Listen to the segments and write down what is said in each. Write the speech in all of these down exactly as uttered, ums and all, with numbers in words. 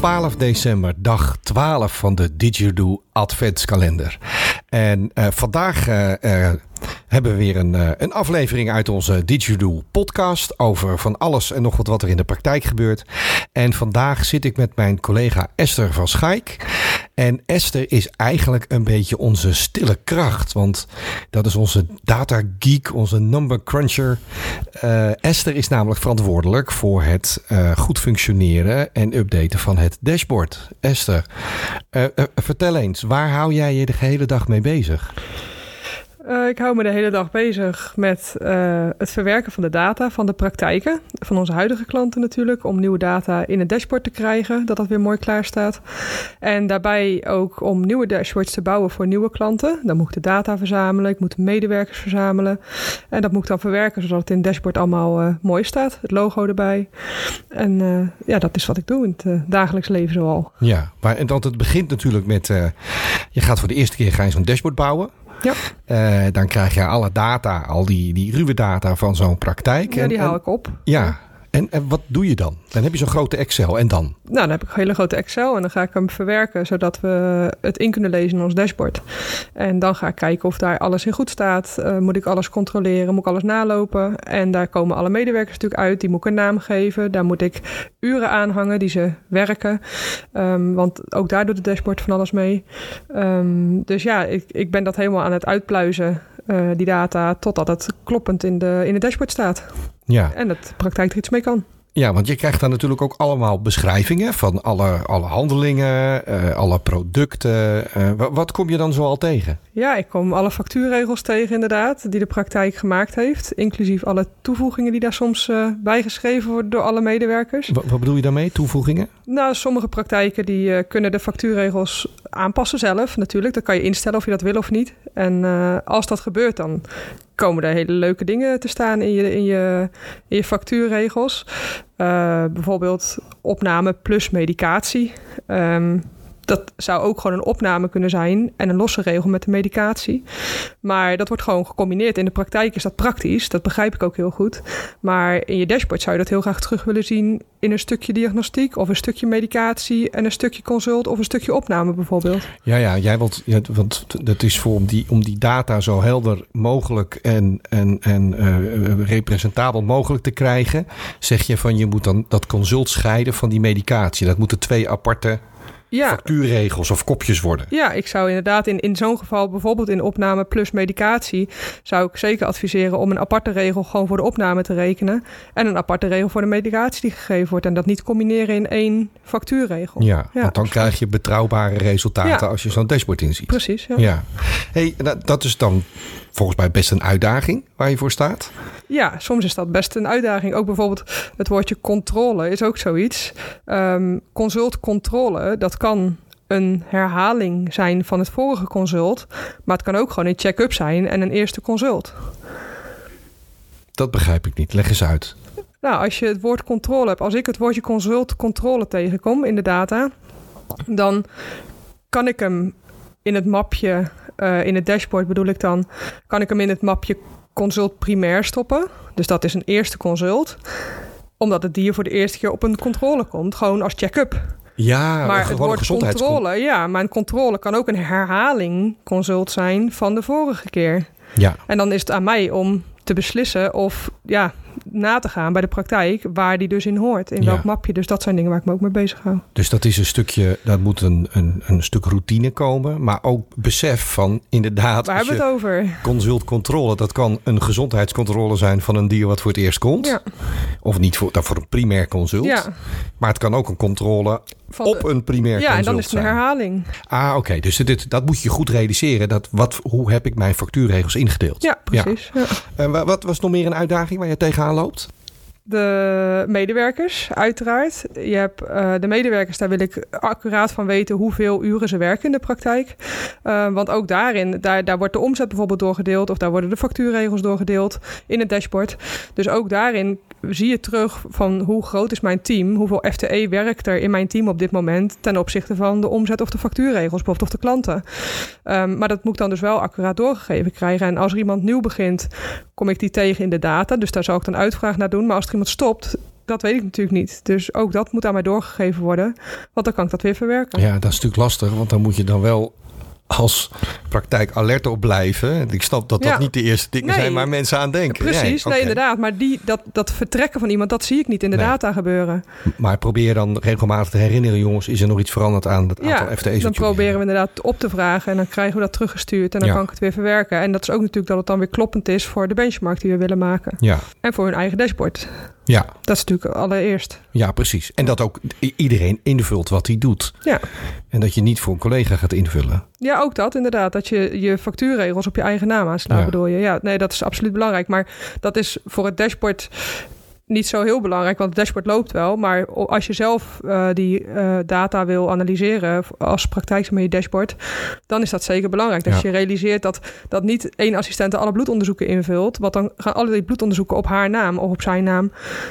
twaalf december, dag twaalf van de Didgeridoo Adventskalender. En uh, vandaag uh, uh, hebben we weer een, uh, een aflevering uit onze Didgeridoo podcast over van alles en nog wat wat er in de praktijk gebeurt. En vandaag zit ik met mijn collega Esther van Schaik. En Esther is eigenlijk een beetje onze stille kracht, want dat is onze data geek, onze number cruncher. Uh, Esther is namelijk verantwoordelijk voor het uh, goed functioneren en updaten van het dashboard. Esther, uh, uh, vertel eens, waar hou jij je de hele dag mee bezig? Uh, ik hou me de hele dag bezig met uh, het verwerken van de data van de praktijken. Van onze huidige klanten natuurlijk. Om nieuwe data in het dashboard te krijgen. Dat dat weer mooi klaar staat. En daarbij ook om nieuwe dashboards te bouwen voor nieuwe klanten. Dan moet ik de data verzamelen. Ik moet de medewerkers verzamelen. En dat moet ik dan verwerken zodat het in het dashboard allemaal uh, mooi staat. Het logo erbij. En uh, ja, dat is wat ik doe in het uh, dagelijks leven zoal. Ja, maar en dat het begint natuurlijk met... Uh, je gaat voor de eerste keer ga je zo'n dashboard bouwen. Ja. Uh, dan krijg je alle data, al die, die ruwe data van zo'n praktijk. Ja, die en, haal en, ik op. Ja, en, en wat doe je dan? Dan heb je zo'n grote Excel en dan? Nou, dan heb ik een hele grote Excel en dan ga ik hem verwerken zodat we het in kunnen lezen in ons dashboard. En dan ga ik kijken of daar alles in goed staat. Uh, moet ik alles controleren? Moet ik alles nalopen? En daar komen alle medewerkers natuurlijk uit. Die moet ik een naam geven. Daar moet ik uren aanhangen die ze werken. Um, want ook daar doet het dashboard van alles mee. Um, dus ja, ik, ik ben dat helemaal aan het uitpluizen. Uh, die data, totdat het kloppend in, de, in het dashboard staat. Ja. En dat de praktijk er iets mee kan. Ja, want je krijgt dan natuurlijk ook allemaal beschrijvingen van alle, alle handelingen, uh, alle producten. Uh, wat, wat kom je dan zoal tegen? Ja, ik kom alle factuurregels tegen inderdaad, die de praktijk gemaakt heeft. Inclusief alle toevoegingen die daar soms uh, bijgeschreven worden door alle medewerkers. Wat, wat bedoel je daarmee, toevoegingen? Nou, sommige praktijken die uh, kunnen de factuurregels aanpassen zelf natuurlijk. Dan kan je instellen of je dat wil of niet. En uh, als dat gebeurt, dan komen er hele leuke dingen te staan in je, in je, in je factuurregels. Uh, bijvoorbeeld opname plus medicatie. Um, dat zou ook gewoon een opname kunnen zijn en een losse regel met de medicatie. Maar dat wordt gewoon gecombineerd. In de praktijk is dat praktisch, dat begrijp ik ook heel goed. Maar in je dashboard zou je dat heel graag terug willen zien in een stukje diagnostiek of een stukje medicatie en een stukje consult of een stukje opname bijvoorbeeld. Ja, ja, jij wilt, ja, want dat is voor om die, om die data zo helder mogelijk en, en, en uh, representabel mogelijk te krijgen, zeg je van je moet dan dat consult scheiden van die medicatie. Dat moeten twee aparte Ja. factuurregels of kopjes worden. Ja, ik zou inderdaad in, in zo'n geval, bijvoorbeeld in opname plus medicatie, zou ik zeker adviseren om een aparte regel gewoon voor de opname te rekenen en een aparte regel voor de medicatie die gegeven wordt en dat niet combineren in één factuurregel. Ja, ja want dan krijg je betrouwbare resultaten ja. als je zo'n dashboard inziet. Precies, ja. ja. Hey, dat is dan volgens mij best een uitdaging waar je voor staat. Ja, soms is dat best een uitdaging. Ook bijvoorbeeld het woordje controle is ook zoiets. Um, consult controle, dat kan een herhaling zijn van het vorige consult. Maar het kan ook gewoon een check-up zijn en een eerste consult. Dat begrijp ik niet. Leg eens uit. Nou, als je het woord controle hebt, als ik het woordje consult controle tegenkom in de data, dan kan ik hem in het mapje, uh, in het dashboard bedoel ik dan, kan ik hem in het mapje consult primair stoppen. Dus dat is een eerste consult. Omdat het dier voor de eerste keer op een controle komt. Gewoon als check-up. Ja, maar het woord controle, ja, maar een controle kan ook een herhaling consult zijn van de vorige keer. Ja. En dan is het aan mij om te beslissen of ja, na te gaan bij de praktijk waar die dus in hoort. In welk ja. mapje. Dus dat zijn dingen waar ik me ook mee bezig hou. Dus dat is een stukje, dat moet een, een, een stuk routine komen. Maar ook besef van inderdaad. Waar hebben we het over? Consultcontrole. Dat kan een gezondheidscontrole zijn van een dier wat voor het eerst komt. Ja. Of niet voor, voor een primair consult. Ja. Maar het kan ook een controle van op de, een primair ja, consult en dan is het een zijn. herhaling. Ah, oké. Okay. Dus dit, dat moet je goed realiseren. Dat wat, hoe heb ik mijn factuurregels ingedeeld? Ja, precies. Ja. Ja. Uh, wat was nog meer een uitdaging waar je tegenaan loopt? De medewerkers, uiteraard. Je hebt uh, de medewerkers, daar wil ik accuraat van weten hoeveel uren ze werken in de praktijk. Uh, want ook daarin, daar, daar wordt de omzet bijvoorbeeld doorgedeeld of daar worden de factuurregels doorgedeeld in het dashboard. Dus ook daarin zie je terug van hoe groot is mijn team, hoeveel F T E werkt er in mijn team op dit moment ten opzichte van de omzet of de factuurregels, bijvoorbeeld of de klanten. Um, maar dat moet ik dan dus wel accuraat doorgegeven krijgen. En als er iemand nieuw begint, kom ik die tegen in de data. Dus daar zal ik dan uitvraag naar doen. Maar als er iemand stopt, dat weet ik natuurlijk niet. Dus ook dat moet aan mij doorgegeven worden. Want dan kan ik dat weer verwerken. Ja, dat is natuurlijk lastig. Want dan moet je dan wel als praktijk alert op blijven. Ik snap dat dat ja. niet de eerste dingen nee. zijn waar mensen aan denken. Precies, nee, okay. nee inderdaad. Maar die, dat, dat vertrekken van iemand, dat zie ik niet in de nee. data gebeuren. Maar probeer je dan regelmatig te herinneren, jongens, is er nog iets veranderd aan het aantal ja, F T E's? Dan proberen we inderdaad op te vragen en dan krijgen we dat teruggestuurd en dan ja. kan ik het weer verwerken. En dat is ook natuurlijk dat het dan weer kloppend is voor de benchmark die we willen maken. Ja. En voor hun eigen dashboard. Ja. Dat is natuurlijk allereerst. Ja, precies. En dat ook iedereen invult wat hij doet. Ja. En dat je niet voor een collega gaat invullen. Ja, ook dat inderdaad. Dat je je factuurregels op je eigen naam aanslaat, ja. bedoel je. Ja, nee, dat is absoluut belangrijk. Maar dat is voor het dashboard niet zo heel belangrijk, want het dashboard loopt wel. Maar als je zelf uh, die uh, data wil analyseren als praktijk met je dashboard, dan is dat zeker belangrijk. Dat ja. je realiseert dat, dat niet één assistent alle bloedonderzoeken invult, want dan gaan alle die bloedonderzoeken op haar naam of op zijn naam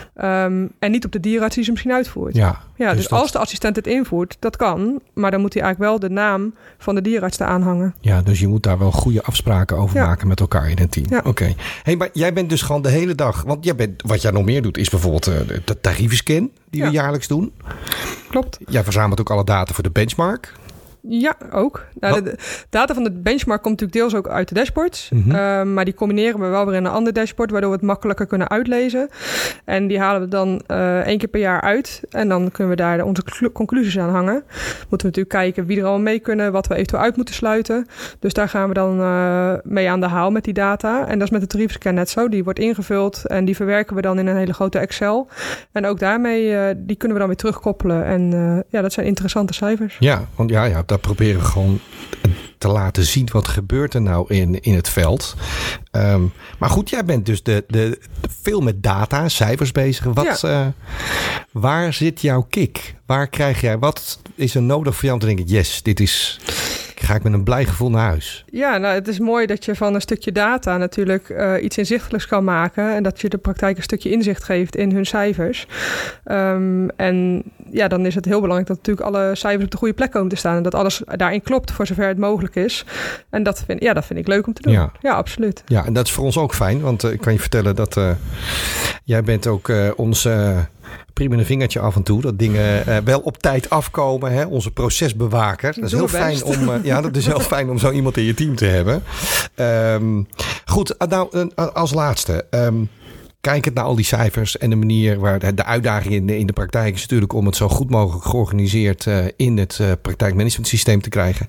um, en niet op de dierenarts die ze misschien uitvoert. Ja, ja, dus dus dat... als de assistent het invoert, dat kan, maar dan moet hij eigenlijk wel de naam van de dierenarts te aanhangen. Ja, dus je moet daar wel goede afspraken over ja. maken met elkaar in een team. Ja. Oké. Okay. Hey, maar jij bent dus gewoon de hele dag, want jij bent, wat jij nog meer doet, is bijvoorbeeld uh, de tariefscan die ja. we jaarlijks doen. Klopt. Jij verzamelt ook alle data voor de benchmark. Ja, ook. Nou, de, de data van de benchmark komt natuurlijk deels ook uit de dashboards. Mm-hmm. Uh, maar die combineren we wel weer in een ander dashboard, waardoor we het makkelijker kunnen uitlezen. En die halen we dan uh, één keer per jaar uit. En dan kunnen we daar onze cl- conclusies aan hangen. Moeten we natuurlijk kijken wie er allemaal mee kunnen, wat we eventueel uit moeten sluiten. Dus daar gaan we dan uh, mee aan de haal met die data. En dat is met de tariefscan net zo. Die wordt ingevuld en die verwerken we dan in een hele grote Excel. En ook daarmee, uh, die kunnen we dan weer terugkoppelen. En uh, ja, dat zijn interessante cijfers. Ja, want ja, ja. Dat proberen we gewoon te laten zien wat gebeurt er nou in, in het veld. Um, maar goed, jij bent dus de, de, de veel met data, cijfers bezig. Wat, ja. uh, waar zit jouw kick? Waar krijg jij, wat is er nodig voor jou om te denken, yes, dit is... ga ik met een blij gevoel naar huis. Ja, nou, het is mooi dat je van een stukje data natuurlijk uh, iets inzichtelijks kan maken. En dat je de praktijk een stukje inzicht geeft in hun cijfers. Um, en ja, dan is het heel belangrijk dat natuurlijk alle cijfers op de goede plek komen te staan. En dat alles daarin klopt voor zover het mogelijk is. En dat vind, ja, dat vind ik leuk om te doen. Ja, ja absoluut. Ja, en dat is voor ons ook fijn. Want uh, ik kan je vertellen dat uh, jij bent ook uh, ons... Uh, prima een vingertje af en toe. Dat dingen uh, wel op tijd afkomen. Hè? Onze procesbewaker. Dat is heel fijn om, uh, ja, dat is heel fijn om zo iemand in je team te hebben. Um, goed, nou uh, als laatste. Um, Kijkend naar al die cijfers en de manier waar de, de uitdaging in de, in de praktijk is natuurlijk om het zo goed mogelijk georganiseerd uh, in het uh, praktijkmanagementsysteem te krijgen.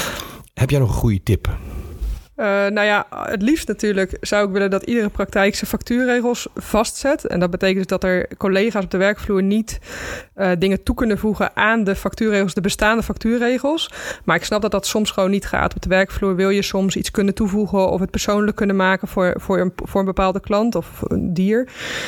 Heb jij nog een goede tip? Uh, nou ja, het liefst natuurlijk zou ik willen dat iedere praktijk zijn factuurregels vastzet. En dat betekent dus dat er collega's op de werkvloer niet uh, dingen toe kunnen voegen aan de factuurregels, de bestaande factuurregels. Maar ik snap dat dat soms gewoon niet gaat. Op de werkvloer wil je soms iets kunnen toevoegen of het persoonlijk kunnen maken voor, voor, een, voor een bepaalde klant of een dier.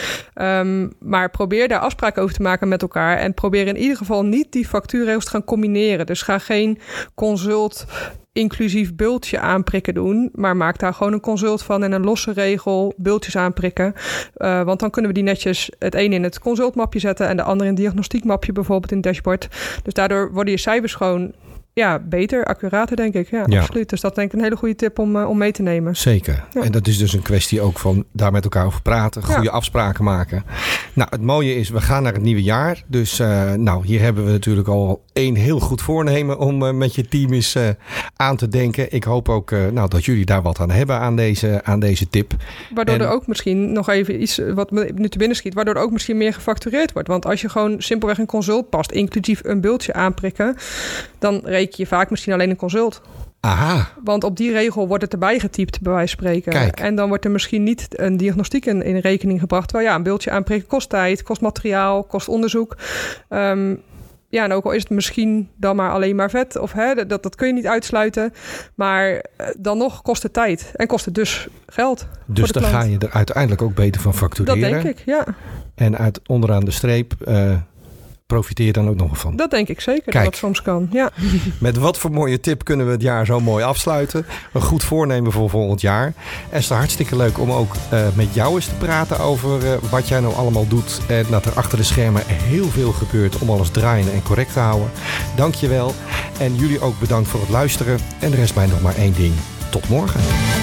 Um, maar probeer daar afspraken over te maken met elkaar. En probeer in ieder geval niet die factuurregels te gaan combineren. Dus ga geen consult inclusief bultje aanprikken doen, maar maak daar gewoon een consult van en een losse regel bultjes aanprikken. Uh, want dan kunnen we die netjes het een in het consultmapje zetten en de andere in het diagnostiekmapje bijvoorbeeld in het dashboard. Dus daardoor worden je cijfers gewoon ja, beter, accurater denk ik. Ja, ja, absoluut. Dus dat denk ik een hele goede tip om, uh, om mee te nemen. Zeker. Ja. En dat is dus een kwestie ook van daar met elkaar over praten, goede ja. afspraken maken. Nou, het mooie is, we gaan naar het nieuwe jaar. Dus uh, nou, hier hebben we natuurlijk al één heel goed voornemen om uh, met je team eens uh, aan te denken. Ik hoop ook uh, nou, dat jullie daar wat aan hebben aan deze, aan deze tip. Waardoor en, er ook misschien nog even iets wat me nu te binnen schiet, waardoor er ook misschien meer gefactureerd wordt. Want als je gewoon simpelweg een consult past, inclusief een bultje aanprikken, dan reken je vaak misschien alleen een consult. Aha. Want op die regel wordt het erbij getypt, bij wijze van spreken. Kijk. En dan wordt er misschien niet een diagnostiek in, in rekening gebracht. Terwijl ja, een bultje aanprikken kost tijd, kost materiaal, kost onderzoek. Um, ja, en ook al is het misschien dan maar alleen maar vet. Of hè, dat, dat kun je niet uitsluiten. Maar dan nog kost het tijd. En kost het dus geld. Dus dan ga je er uiteindelijk ook beter van factureren. Dat denk ik, ja. En uit onderaan de streep Uh, profiteer je dan ook nog van? Dat denk ik zeker, Kijk, dat dat soms kan. Ja. Met wat voor mooie tip kunnen we het jaar zo mooi afsluiten. Een goed voornemen voor volgend jaar. Esther, hartstikke leuk om ook uh, met jou eens te praten over uh, wat jij nou allemaal doet. En dat er achter de schermen heel veel gebeurt om alles draaiende en correct te houden. Dank je wel. En jullie ook bedankt voor het luisteren. En er rest mij nog maar één ding. Tot morgen.